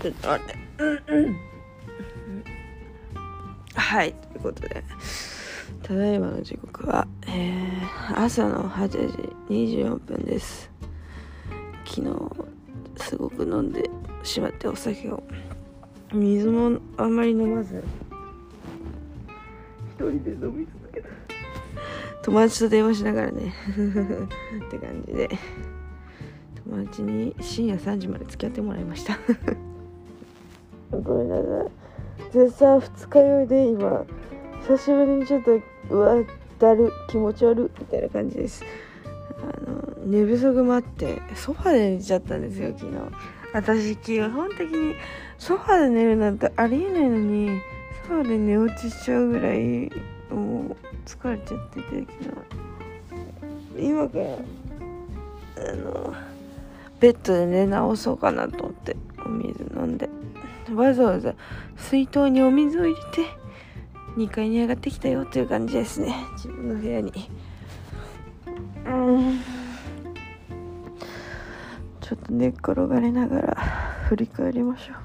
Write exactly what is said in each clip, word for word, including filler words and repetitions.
ちょっと待って、うんうん、はい、ということでただいまの時刻は、えー、朝のはちじにじゅうよんぷんです。昨日すごく飲んでしまってお酒を、水もあんまり飲まず一人で飲み続けた。友達と電話しながらねって感じで友達に深夜さんじまで付き合ってもらいましたごめんなさい。絶賛二日酔いで今久しぶりにちょっとうわだる気持ち悪みたいな感じです。あの寝不足もあってソファで寝ちゃったんですよ昨日。私基本的にソファで寝るなんてありえないのにソファで寝落ちしちゃうぐらいもう疲れちゃってて、昨日今からあのベッドで寝直そうかなと思ってお水飲んで、わざわざ水筒にお水を入れてにかいに上がってきたよという感じですね、自分の部屋に。うんちょっと寝っ転がりながら振り返りましょ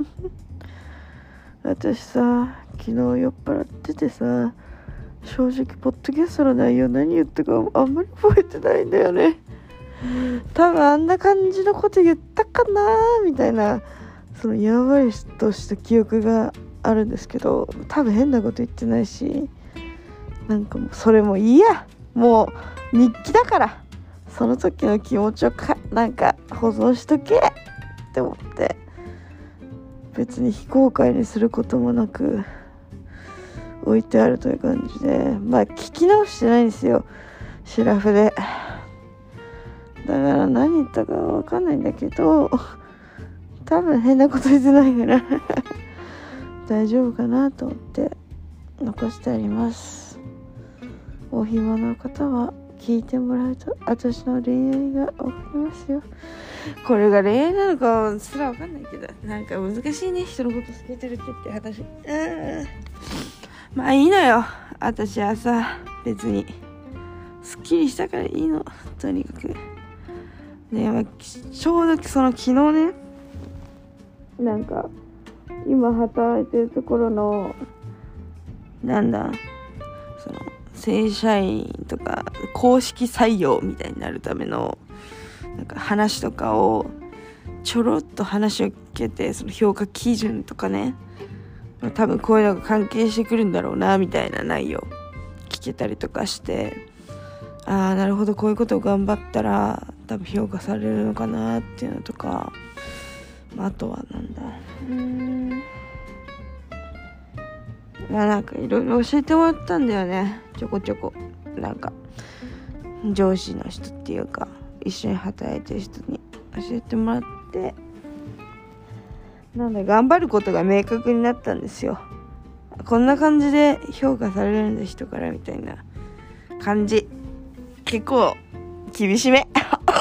う私さ昨日酔っ払っててさ、正直ポッドキャストの内容何言ったかあんまり覚えてないんだよね。多分あんな感じのこと言ったかなみたいな、そのやばいとした記憶があるんですけど、多分変なこと言ってないし、なんかもうそれもいいや、もう日記だからその時の気持ちをかなんか保存しとけって思って、別に非公開にすることもなく置いてあるという感じで、まあ聞き直してないんですよシラフで。だから何言ったかわかんないんだけど、多分変なこと言ってないから大丈夫かなと思って残してあります。お暇な方は聞いてもらうと私の恋愛がわかりますよ。これが恋愛なのかすらわかんないけど、なんか難しいね、人のこと好きてるってって話。うんまあいいのよ、私はさ別にすっきりしたからいいの、とにかくね。まあ、ちょうどその昨日ね、なんか今働いてるところのなんだその正社員とか公式採用みたいになるためのなんか話とかをちょろっと話を聞けて、その評価基準とかね、まあ、多分こういうのが関係してくるんだろうなみたいな内容聞けたりとかして、ああなるほどこういうことを頑張ったら多分評価されるのかなっていうのとか、あとはなんだうーんまあなんかいろいろ教えてもらったんだよね、ちょこちょこ。なんか上司の人っていうか一緒に働いてる人に教えてもらって、なんだ頑張ることが明確になったんですよ。こんな感じで評価されるんだ人からみたいな感じ。結構厳しめ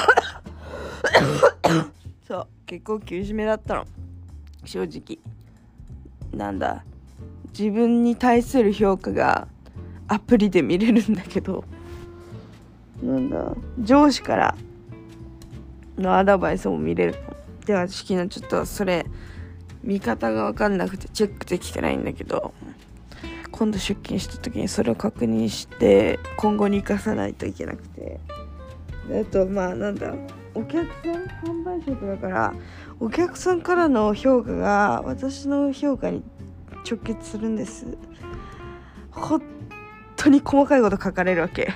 そう結構厳しめだったの正直。なんだ自分に対する評価がアプリで見れるんだけど、なんだ上司からのアドバイスも見れるので、私昨日ちょっとそれ見方が分かんなくてチェックできてないんだけど、今度出勤した時にそれを確認して今後に生かさないといけなくて、あとまあなんだお客さん販売職だからお客さんからの評価が私の評価に直結するんです。本当に細かいこと書かれるわけ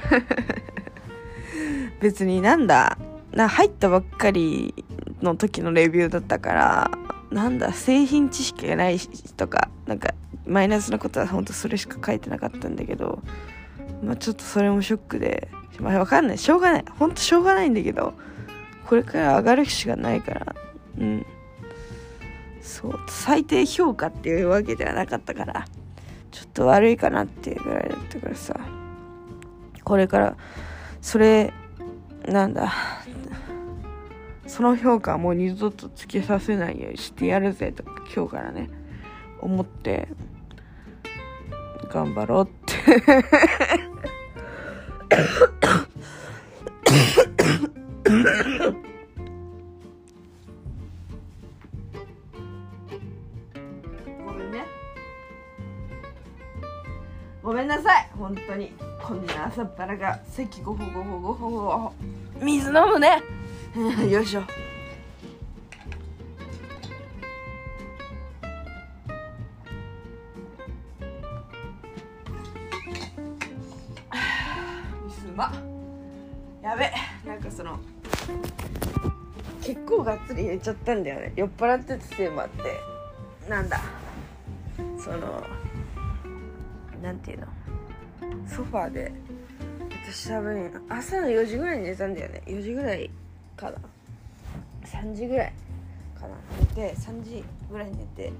別になんだな入ったばっかりの時のレビューだったから、なんだ製品知識がないとかなんかマイナスなことは本当それしか書いてなかったんだけど、まあちょっとそれもショックで、まあわかんないしょうがない本当しょうがないんだけど、これから上がるしかないからうんそう最低評価っていうわけではなかったからちょっと悪いかなっていうぐらいだったからさ、これからそれなんだその評価はもう二度とつけさせないようにしてやるぜと今日からね思って頑張ろうってまい。本当にこんな朝っぱらが咳ごほごほごほごほ。水飲むねよいしょ。水うまっ。やべ、なんかその結構がっつり寝ちゃったんだよね。酔っ払ってたせいもあって、なんだそのなんていうの、ソファーで私多分朝のよじぐらいに寝たんだよね。よじぐらいかな、さんじぐらいかな、寝てさんじぐらいに寝て、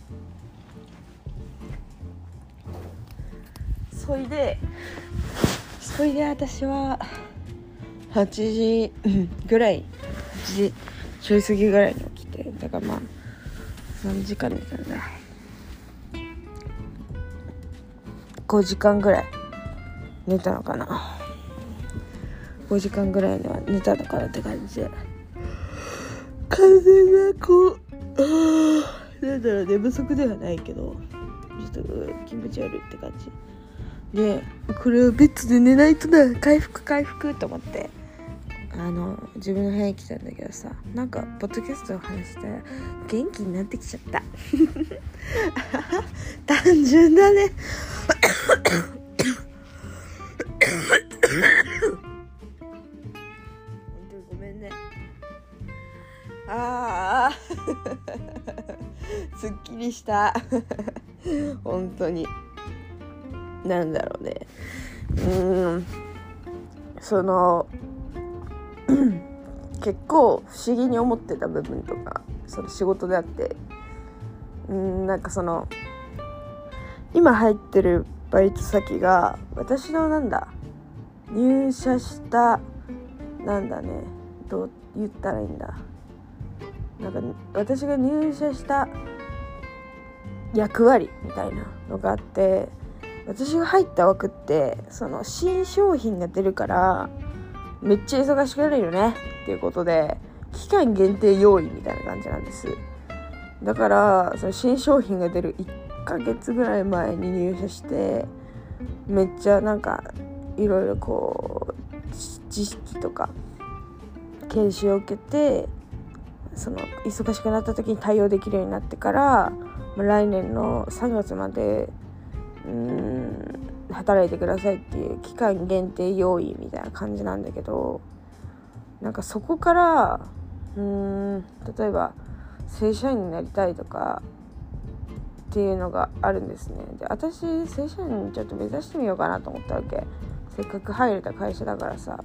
そいでそいで私ははちじぐらい、はちじちょい過ぎぐらいに起きて、だからまあ何時間寝たんだ、ごじかんぐらい寝たのかな、ごじかんぐらいには寝たのかなって感じで、完全なこうなんだろう、寝不足ではないけどちょっと気持ち悪いって感じで、これをベッドで寝ないとな、回復回復と思ってあの自分の部屋に来たんだけどさ、なんかポッドキャストを話したら元気になってきちゃった単純だねごめんね。ああすっきりした本当になんだろうね、うーんその結構不思議に思ってた部分とか、その仕事であって、うーんなんかその今入ってるバイト先が私のなんだ入社したなんだねどう言ったらいいんだ、なんか私が入社した役割みたいなのがあって、私が入った枠ってその新商品が出るからめっちゃ忙しくなるよねっていうことで、期間限定用意みたいな感じなんです。だからその新商品が出るいっかげつぐらい前に入社して、めっちゃなんかいろいろこう知識とか研修を受けて、その忙しくなった時に対応できるようになってから、来年のさんがつまでうーん働いてくださいっていう期間限定用意みたいな感じなんだけど、なんかそこからうーん例えば正社員になりたいとかっていうのがあるんですね。で、私正社員にちょっと目指してみようかなと思ったわけ。せっかく入れた会社だからさ。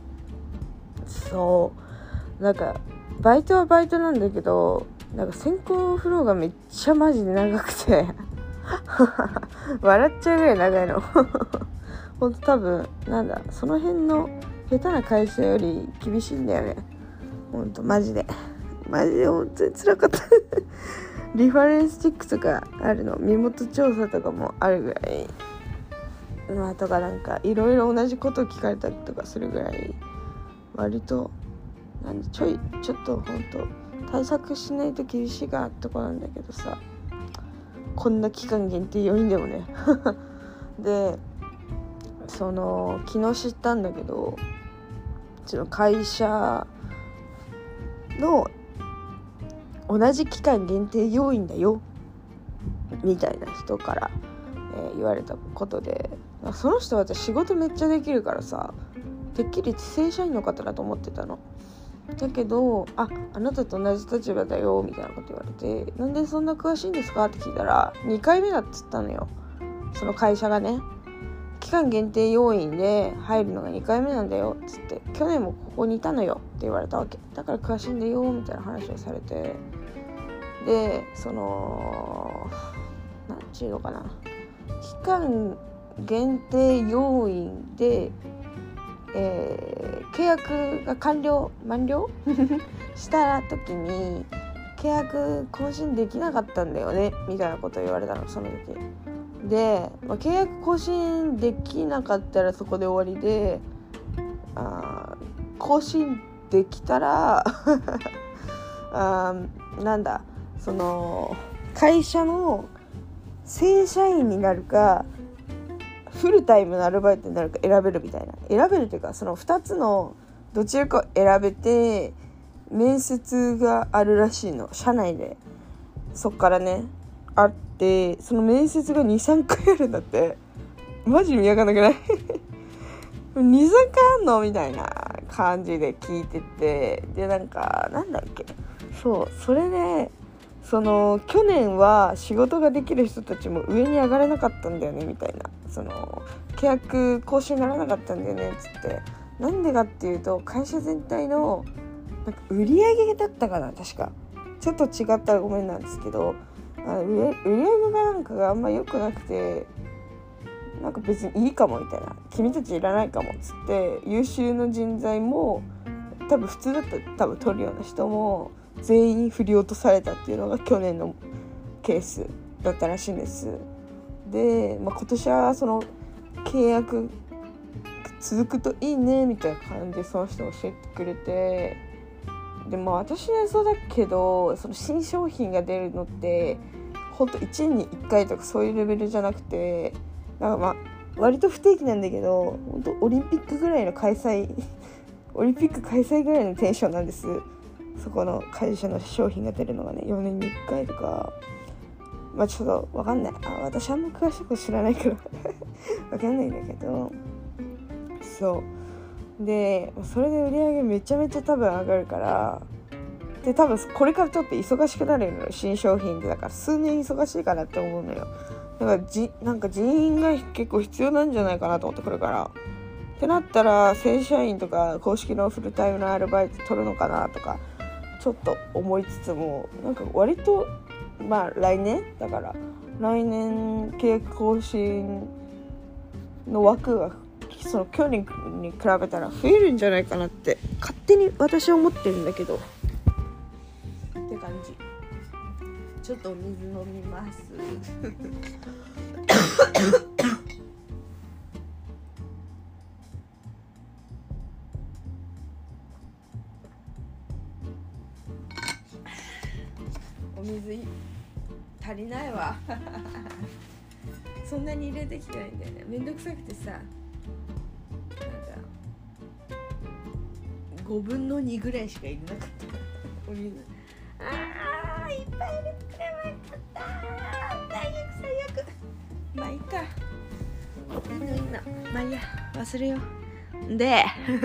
そうなんかバイトはバイトなんだけど、なんか選考フローがめっちゃマジで長くて笑っちゃうぐらい長いのほんと多分なんだその辺の下手な会社より厳しいんだよね。ほんとマジでマジで本当に辛かったリファレンスチェックとかあるの、身元調査とかもあるぐらい、まあとかなんかいろいろ同じことを聞かれたりとかするぐらい、割となんでちょいちょっとほんと対策しないと厳しいかなってとこなんだけどさ、こんな期間限定要因でもねでその昨日知ったんだけど、うちの会社の同じ期間限定要因だよみたいな人から、えー、言われたことで、その人は私仕事めっちゃできるからさ、てっきり正社員の方だと思ってたの。だけどああなたと同じ立場だよみたいなこと言われて、なんでそんな詳しいんですかって聞いたらにかいめだっつったのよ。その会社がね、期間限定要員で入るのがにかいめなんだよっつって、去年もここにいたのよって言われたわけだから、詳しいんだよみたいな話をされて、でそのなんちゅうのかな、期間限定要員でえー、契約が完了満了した時に契約更新できなかったんだよねみたいなことを言われたの、その時で、まあ、契約更新できなかったらそこで終わりで、あ更新できたらあなんだその会社の正社員になるかフルタイムのアルバイトになるか選べるみたいな、選べるというかそのふたつのどちらかを選べて面接があるらしいの、社内で。そっからねあって、その面接が にさんかいあるんだって。マジ見分かんなくないにさんかいあんのみたいな感じで聞いてて、でなんかなんだっけ、そうそれでその去年は仕事ができる人たちも上に上がれなかったんだよねみたいな、その契約更新にならなかったんだよねっつって、なんでかっていうと会社全体のなんか売り上げだったかな、確かちょっと違ったらごめんなんですけど、あの売り上げがなんかがあんま良くなくて、なんか別にいいかもみたいな、君たちいらないかもっつって優秀な人材も多分普通だったら多分取るような人も全員振り落とされたっていうのが去年のケースだったらしいんです。で、まあ、今年はその契約続くといいねみたいな感じでその人教えてくれて、でまあ私はそうだけど、その新商品が出るのってほんといちねんにいっかいとかそういうレベルじゃなくて、なんかまあ割と不定期なんだけど、本当オリンピックぐらいの開催オリンピック開催ぐらいのテンションなんです。そこの会社の商品が出るのがね、よねんにいっかいとか、まあちょっとわかんない、あ私あんま詳しいこと知らないからわかんないんだけど、そうでそれで売り上げめちゃめちゃ多分上がるから、で多分これからちょっと忙しくなるのよ、新商品で。だから数年忙しいかなって思うのよ。だからじなんか人員が結構必要なんじゃないかなと思ってくるから、ってなったら正社員とか公式のフルタイムのアルバイト取るのかなとかちょっと思いつつも、なんか割とまあ来年だから来年契約更新の枠がその去年に比べたら増えるんじゃないかなって勝手に私は思ってるんだけどって感じ。ちょっとお水飲みますお水足りないわそんなに入れてきてないんだよね、めんどくさくてさ、なんかごぶんのにぐらいしか入れなかったお水。あーいっぱい入れてくればよかった、大学最悪。まあいいか、いいのいいの、まあいいや、忘れよう。で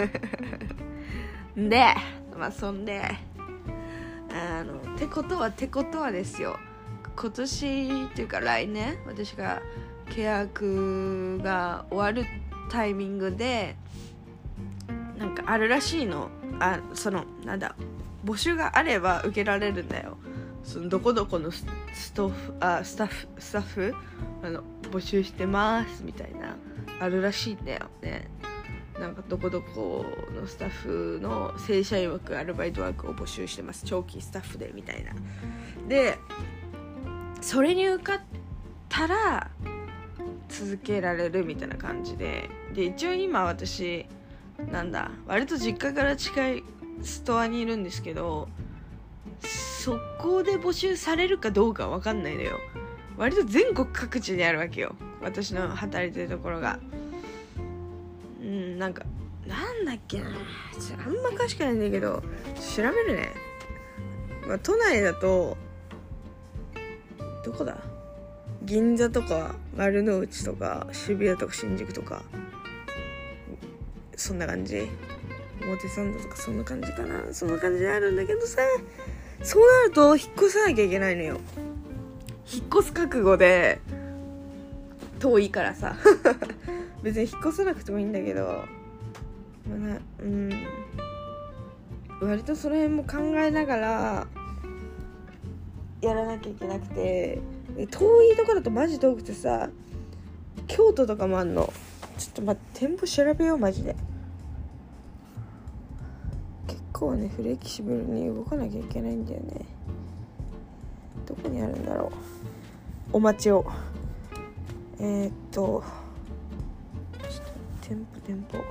でまあそんであのてことはてことはですよ、今年っていうか来年私が契約が終わるタイミングでなんかあるらしいの。あそのなんだ募集があれば受けられるんだよ。そのどこどこのストフあスタッフスタッフあの募集してますみたいなあるらしいんだよね。なんかどこどこのスタッフの正社員枠アルバイト枠を募集してます、長期スタッフでみたいな。でそれに受かったら続けられるみたいな感じで、で一応今私なんだ割と実家から近いストアにいるんですけど、そこで募集されるかどうかわかんないのよ。割と全国各地にあるわけよ、私の働いてるところが。うんなんかなんだっけな、あんま詳しくないんだけど調べるね。まあ、都内だとどこだ、銀座とか丸の内とか渋谷とか新宿とかそんな感じ、表参道とかそんな感じかな、そんな感じであるんだけどさ、そうなると引っ越さなきゃいけないのよ。引っ越す覚悟で遠いからさ別に引っ越さなくてもいいんだけど、まあなうん、割とその辺も考えながらやらなきゃいけなくて、遠いところだとマジ遠くてさ、京都とかもあんの。ちょっと待って店舗調べようマジで。結構ねフレキシブルに動かなきゃいけないんだよね。どこにあるんだろう、お待ちを。えー、っとちょっと店舗店舗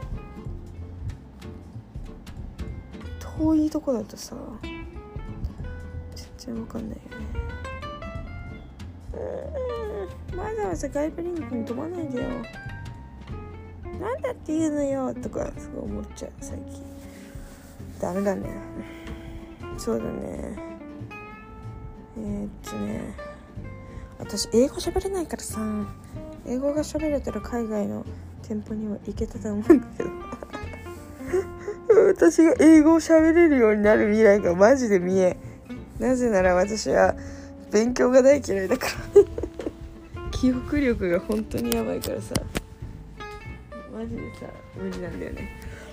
遠いとこだとさ全然わかんないよね。うーんわざわざ外部リンクに飛ばないでよ。 なんだって言うのよとかすごい思っちゃう最近。ダメだね。そうだね。えー、っとね私英語喋れないからさ、英語が喋れたら海外の店舗には行けたと思うんだけど私が英語を喋れるようになる未来がマジで見えん。なぜなら私は勉強が大嫌いだから記憶力が本当にやばいからさ、マジでさ無理なんだよね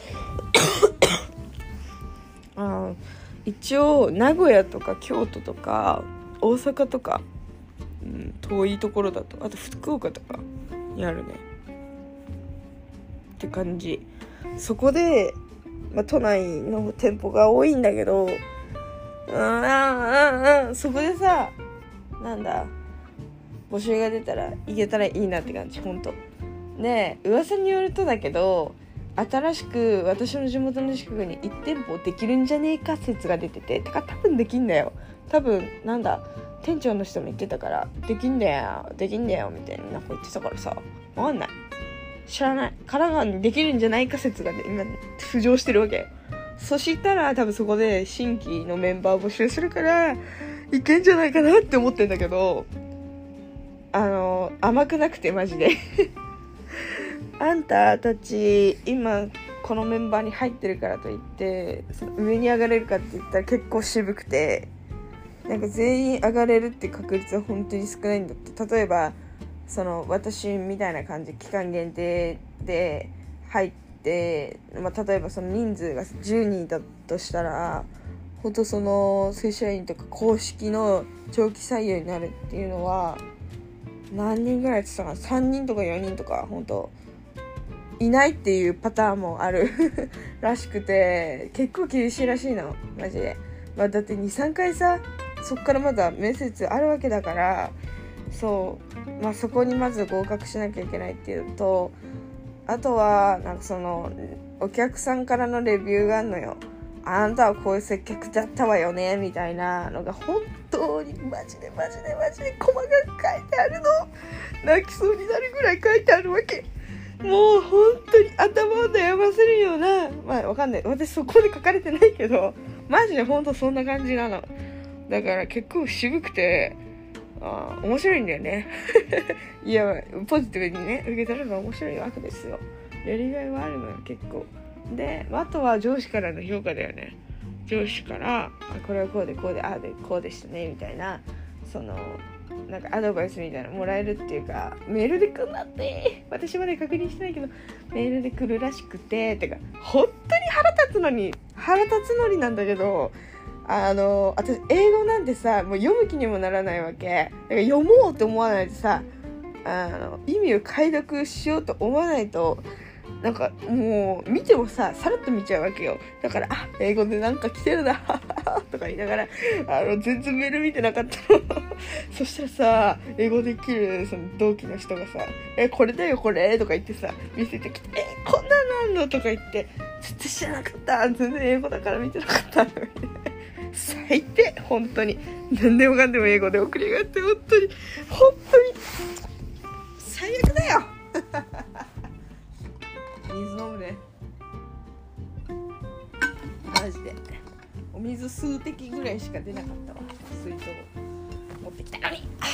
あ一応名古屋とか京都とか大阪とか、うん、遠いところだと、あと福岡とかにあるねって感じ。そこで、まあ、都内の店舗が多いんだけど、うんうんうんうん、そこでさ、なんだ募集が出たら行けたらいいなって感じ。ほんとで、噂によるとだけど、新しく私の地元の近くにいち店舗できるんじゃねえか説が出てて、てか多分できんだよ。多分なんだ店長の人も言ってたから、できんだよできんだよみたいななんか言ってたからさ、わかんない、知らない。神奈川にできるんじゃないか説が、ね、今浮上してるわけよ。そしたら多分そこで新規のメンバー募集するからいけんじゃないかなって思ってんだけど、あの甘くなくてマジであんたたち今このメンバーに入ってるからといってその上に上がれるかって言ったら結構渋くて、なんか全員上がれるって確率は本当に少ないんだって。例えばその私みたいな感じ期間限定で入って、まあ、例えばその人数がじゅうにんだとしたら、ほんとその正社員とか公式の長期採用になるっていうのは何人ぐらいって言ってたかな、さんにんとかよにんとかほんといないっていうパターンもあるらしくて、結構厳しいらしいのマジで。まあ、だって にさんかいさそっからまだ面接あるわけだから、そう、まあ、そこにまず合格しなきゃいけないっていうのと、あとはなんかそのお客さんからのレビューがあるのよ。あんたはこういう接客だったわよねみたいなのが本当にマジでマジでマジで細かく書いてあるの。泣きそうになるぐらい書いてあるわけ。もう本当に頭を悩ませるような、まあわかんない、私そこで書かれてないけどマジで本当そんな感じなの。だから結構渋くて、あ面白いんだよねいやポジティブにね受け取るのは面白いわけですよ。やりがいはあるのよ結構で、あとは上司からの評価だよね。上司からあこれはこうでこうでああでこうでしたねみたいな、そのなんかアドバイスみたいなのもらえるっていうか、メールで来るんだって。私まで確認してないけどメールで来るらしくて、てか本当に腹立つのに腹立つのになんだけど、あの私英語なんてさもう読む気にもならないわけだから、読もうと思わないとさ、あの意味を解読しようと思わないとなんかもう見てもささらっと見ちゃうわけよ。だからあ英語でなんか来てるなとか言いながらあの全然メール見てなかったのそしたらさ英語できるその同期の人がさえこれだよこれとか言ってさ見せてきて、えこんなのあんのとか言って、絶対知らなかった全然英語だから見てなかったの最低本当に何でもかんでも英語で送りやがって本当に本当に最悪だよ水飲むねマジで。お水数滴ぐらいしか出なかったわ。水筒持ってきたのに。あ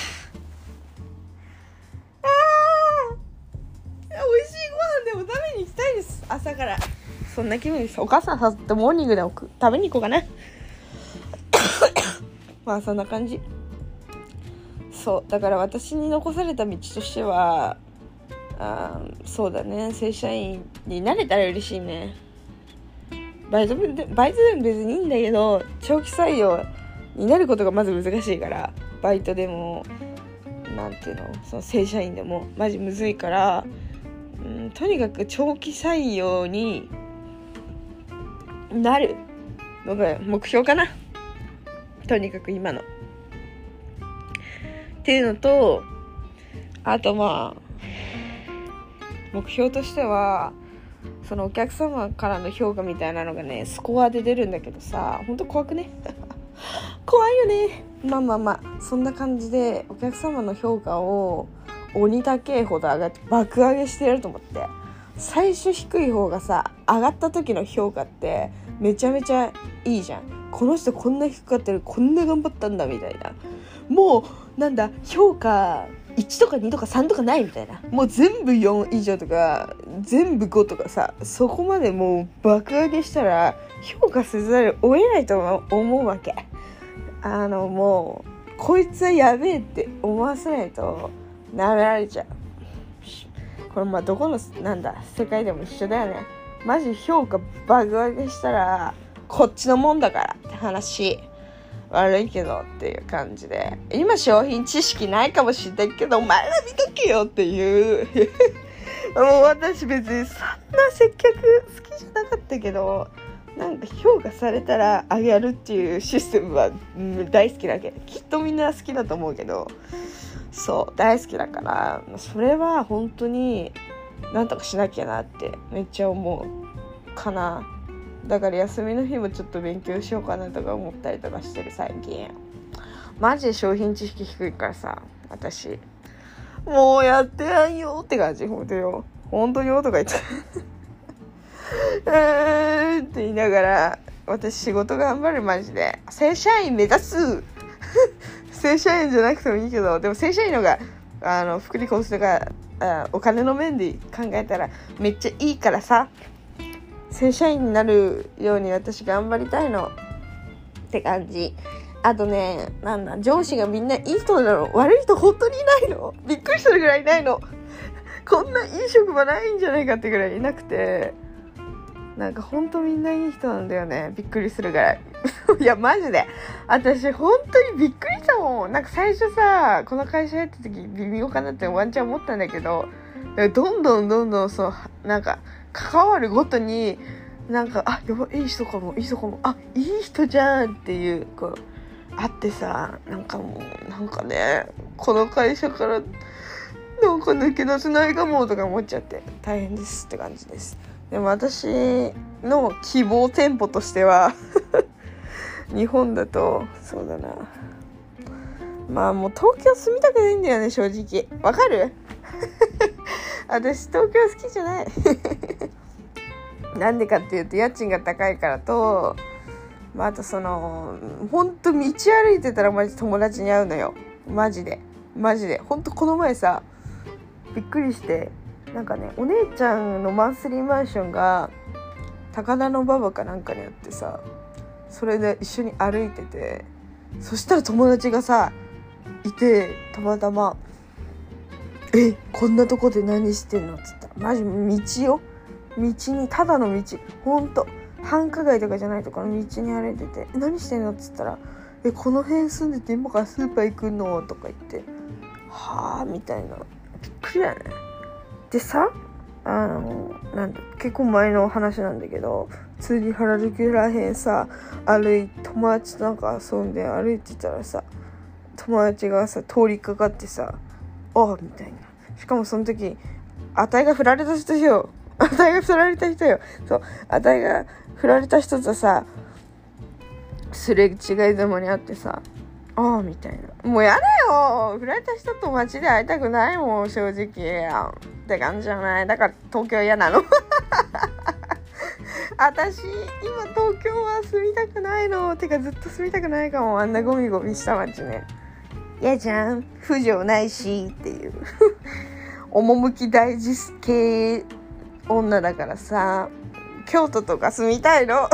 あ美味しいご飯でも食べに行きたいです。朝からそんな気分です。お母さん誘ってモーニングで食べに行こうかなまあそんな感じ。そうだから私に残された道としてはあそうだね、正社員になれたら嬉しいね。バイトでバイトでも別にいいんだけど、長期採用になることがまず難しいから、バイトでもなんていうのその正社員でもマジむずいから、うん、とにかく長期採用になるのが目標かな。とにかく今のっていうのと、あとまあ目標としてはそのお客様からの評価みたいなのがねスコアで出るんだけどさ、ほんと怖くね怖いよね。まあまあまあそんな感じでお客様の評価を鬼高えほど上がって爆上げしてやると思って、 最初低い方がさ、上がった時の評価ってめちゃめちゃいいじゃん。この人こんな低かったらこんな頑張ったんだみたいな、もうなんだ評価いちとかにとかさんとかないみたいな、もう全部よん以上とか全部ごとかさ、そこまでもう爆上げしたら評価せざるを得ないと思うわけ。あのもうこいつはやべえって思わせないと舐められちゃう。これまあどこのなんだ世界でも一緒だよね。マジ評価爆上げしたらこっちのもんだからって話。悪いけどっていう感じで、今商品知識ないかもしれないけどお前ら見とけよっていうもう私別にそんな接客好きじゃなかったけど、なんか評価されたらあげるっていうシステムは、うん、大好きだけど、きっとみんな好きだと思うけど、そう大好きだから、それは本当になんとかしなきゃなってめっちゃ思うかな。だから休みの日もちょっと勉強しようかなとか思ったりとかしてる最近。マジで商品知識低いからさ、私もうやってやんよって感じ。本当よ本当よとか言ってえーって言いながら、私仕事頑張る。マジで正社員目指す正社員じゃなくてもいいけど、でも正社員のがあの福利厚生とかあお金の面で考えたらめっちゃいいからさ、正社員になるように私頑張りたいのって感じ。あとね、なんだ上司がみんないい人だろう、悪い人本当にいないの。びっくりするぐらいいないの。こんないい職場ないんじゃないかってぐらいいなくて、なんか本当みんないい人なんだよね。びっくりするぐらいいやマジで私本当にびっくりしたもん。なんか最初さ、この会社やった時微妙かなってワンチャン思ったんだけど、どんどんどんどんそうなんか関わるごとになんかあやばいい人かもいい人かもあいい人じゃんっていうこうあってさ、なんかもうなんかね、この会社からなんか抜け出せないかもとか思っちゃって大変ですって感じです。でも私の希望店舗としては日本だとそうだな、まあもう東京住みたくないんだよね正直。わかる私東京好きじゃないなんでかっていうと家賃が高いからと、まあ、あとそのほんと道歩いてたらマジ友達に会うのよ。マジでマジでほんとこの前さびっくりして、なんかねお姉ちゃんのマンスリーマンションが高田馬場かなんかにあってさ、それで一緒に歩いてて、そしたら友達がさいて、たまたまえこんなとこで何してんのっつったら、マジ道よ道にただの道、ほんと繁華街とかじゃないところの道に歩いてて、何してんのっつったら、えこの辺住んでて今からスーパー行くのとか言って、はあみたいな、びっくりだね。でさ、あのなんだ結構前の話なんだけど、普通に原宿らへんさ歩い友達となんか遊んで歩いてたらさ、友達がさ通りかかってさ、あみたいな。しかもその時あたいが振られた人よあたいが振られた人よそうあたいが振られた人とさすれ違いざまに会ってさ、ああみたいな、もうやだよ、振られた人と街で会いたくないもん正直って感じじゃない。だから東京嫌なの私今東京は住みたくないの。てかずっと住みたくないかも。あんなゴミゴミした街ね嫌じゃん。不条ないしっていう趣大事系女だからさ、京都とか住みたいの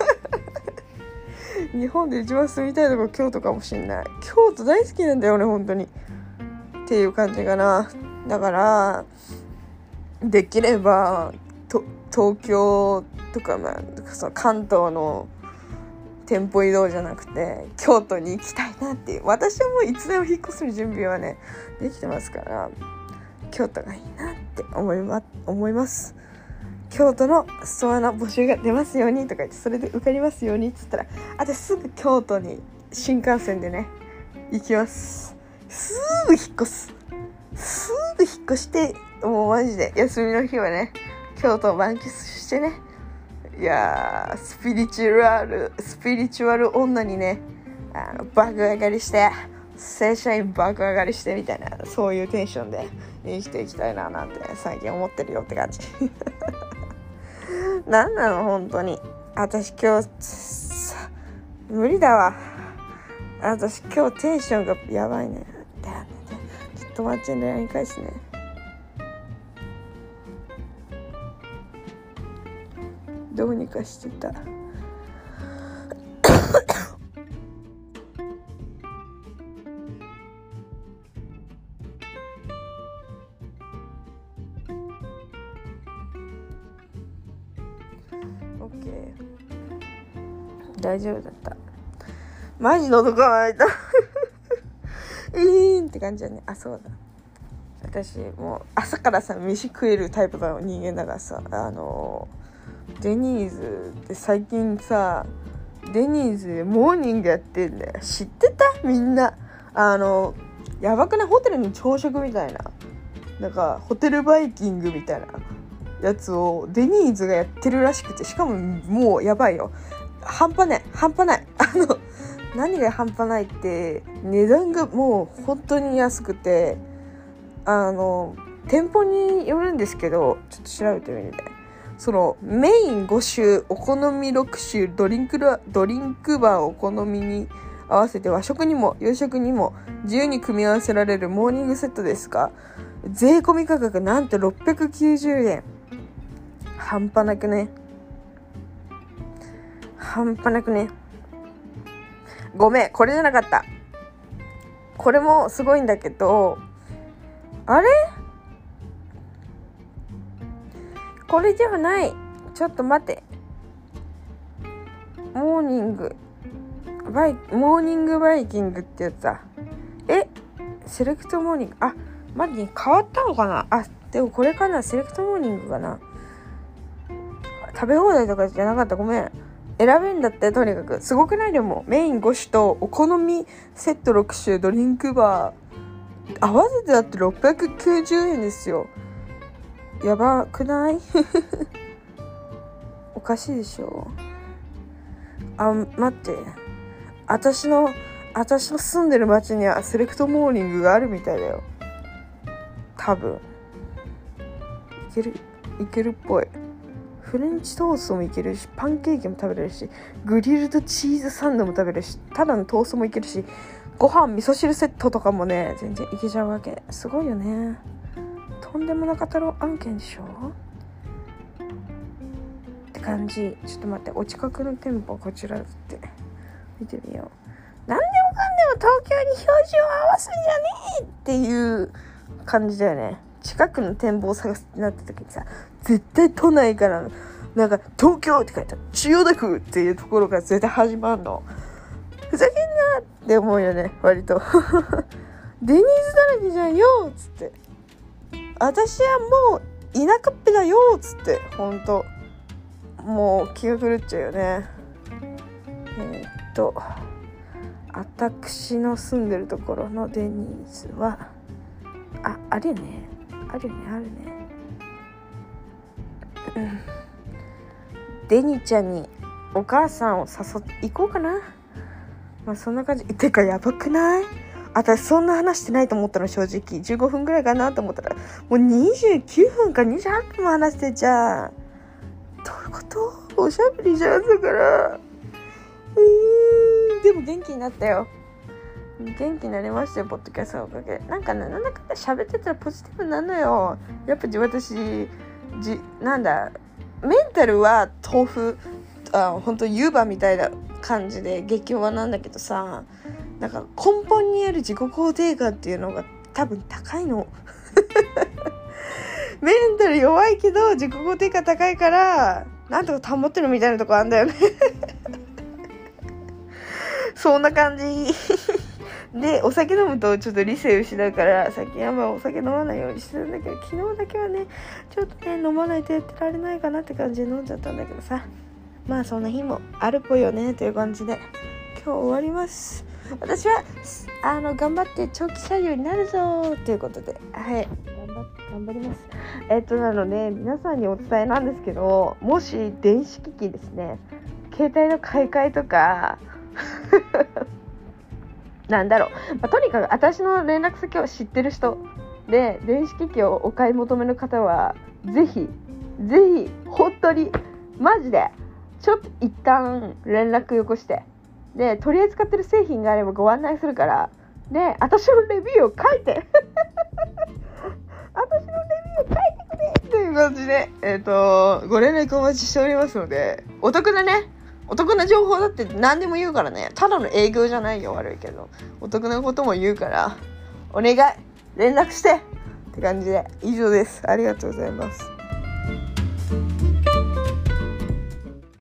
日本で一番住みたいとこ京都かもしんない。京都大好きなんだよね本当にっていう感じかな。だからできればと東京とか、まあ、その関東の店舗移動じゃなくて京都に行きたいなっていう。私はもういつでも引っ越す準備はねできてますから、京都がいいなって思いま、思います。京都のストアの募集が出ますようにとか言って、それで受かりますようにっつったら、あとすぐ京都に新幹線でね行きます。すぐ引っ越すすぐ引っ越して、もうマジで休みの日はね京都を満喫してね、いやースピリチュアルスピリチュアル女にねあの爆上がりして正社員爆上がりしてみたいな、そういうテンションで生きていきたいななんて、ね、最近思ってるよって感じなんなの本当に。私今日無理だわ。私今日テンションがやばいね。だよね。ちょっと待ってね、ライン返すね。どうにかしてた。オッケー、大丈夫だった。マジ喉乾いたいいんって感じだね。あ、そうだ、私もう朝からさ飯食えるタイプの人間だからさ、あのデニーズって最近さ、デニーズでモーニングやってんだよ。知ってた？みんなあのやばくない？ホテルに朝食みたいな、なんかホテルバイキングみたいなやつをデニーズがやってるらしくて、しかももうやばいよ、半端ない半端ない。あの何が半端ないって、値段がもう本当に安くて、あの店舗によるんですけど、ちょっと調べてみるね。そのメインご種、お好みろく種、ドリンクラドリンクバーをお好みに合わせて和食にも洋食にも自由に組み合わせられるモーニングセットですが、税込み価格なんとろっぴゃくきゅうじゅうえん。半端なくね半端なくねごめん、これじゃなかった。これもすごいんだけど、あれこれではない。ちょっと待って。モーニングバイモーニングバイキングってやつだ。えセレクトモーニング、あ、マジに変わったのかな。あ、でもこれかな、セレクトモーニングかな。食べ放題とかじゃなかった、ごめん。選べんだって、とにかくすごくない？でもメインご種とお好みセットろく種、ドリンクバー合わせてだってろっぴゃくきゅうじゅうえんですよ。やばくないおかしいでしょ。あ、待って、私の私の住んでる町にはセレクトモーニングがあるみたいだよ。多分いけるいけるっぽい。フレンチトーストもいけるし、パンケーキも食べれるし、グリルドチーズサンドも食べれるし、ただのトーストもいけるし、ご飯味噌汁セットとかもね全然いけちゃうわけ。すごいよね。とんでもなかったろ案件でしょって感じ。ちょっと待って、お近くの店舗こちらって見てみよう。なんでもかんでも東京に表示を合わすんじゃねえっていう感じだよね。近くの展望を探すってなった時にさ、絶対都内からなんか東京って書いてある千代田区っていうところから絶対始まるの。ふざけんなって思うよね、割とデニーズだらけじゃんよっつって、私はもう田舎っぺだよっつって、ほんともう気が狂っちゃうよね。えー、っと私の住んでるところのデニーズはあ、あるよねあるよねあるねデニちゃんにお母さんを誘って行こうかな。まあそんな感じ。てかやばくない？私そんな話してないと思ったの、正直じゅうごふんぐらいかなと思ったら、もうにじゅうきゅうふんかにじゅうはっぷんも話してんじゃん。どういうこと？おしゃべりじゃんだから。うーん、でも元気になったよ。元気になりましたよ、ポッドキャストのおかげ。なんかね、なんだかんだ喋ってたらポジティブになるのよ。やっぱ私じなんだメンタルは豆腐、あ、本当ユーバみたいな感じで激弱なんだけどさ、なんか根本にある自己肯定感っていうのが多分高いのメンタル弱いけど自己肯定感高いからなんとか保ってるみたいなとこあんだよねそんな感じで、お酒飲むとちょっと理性失うから最近あんまお酒飲まないようにしてるんだけど、昨日だけはねちょっとね飲まないとやってられないかなって感じで飲んじゃったんだけどさ、まあそんな日もあるっぽいよねという感じで今日終わります。私はあの頑張って長期採用になるぞということで、はい頑張って頑張ります。えっとなので皆さんにお伝えなんですけど、もし電子機器ですね、携帯の買い替えとかなんだろう、まあ、とにかく私の連絡先を知ってる人で電子機器をお買い求めの方はぜひぜひ本当にマジでちょっと一旦連絡よこして、で取り扱ってる製品があればご案内するから、で私のレビューを書いて私のレビューを書いてくれっていう感じで、えっとご連絡お待ちしておりますので、お得なねお得な情報だって何でも言うからね、ただの営業じゃないよ、悪いけどお得なことも言うからお願い連絡してって感じで以上です。ありがとうございます。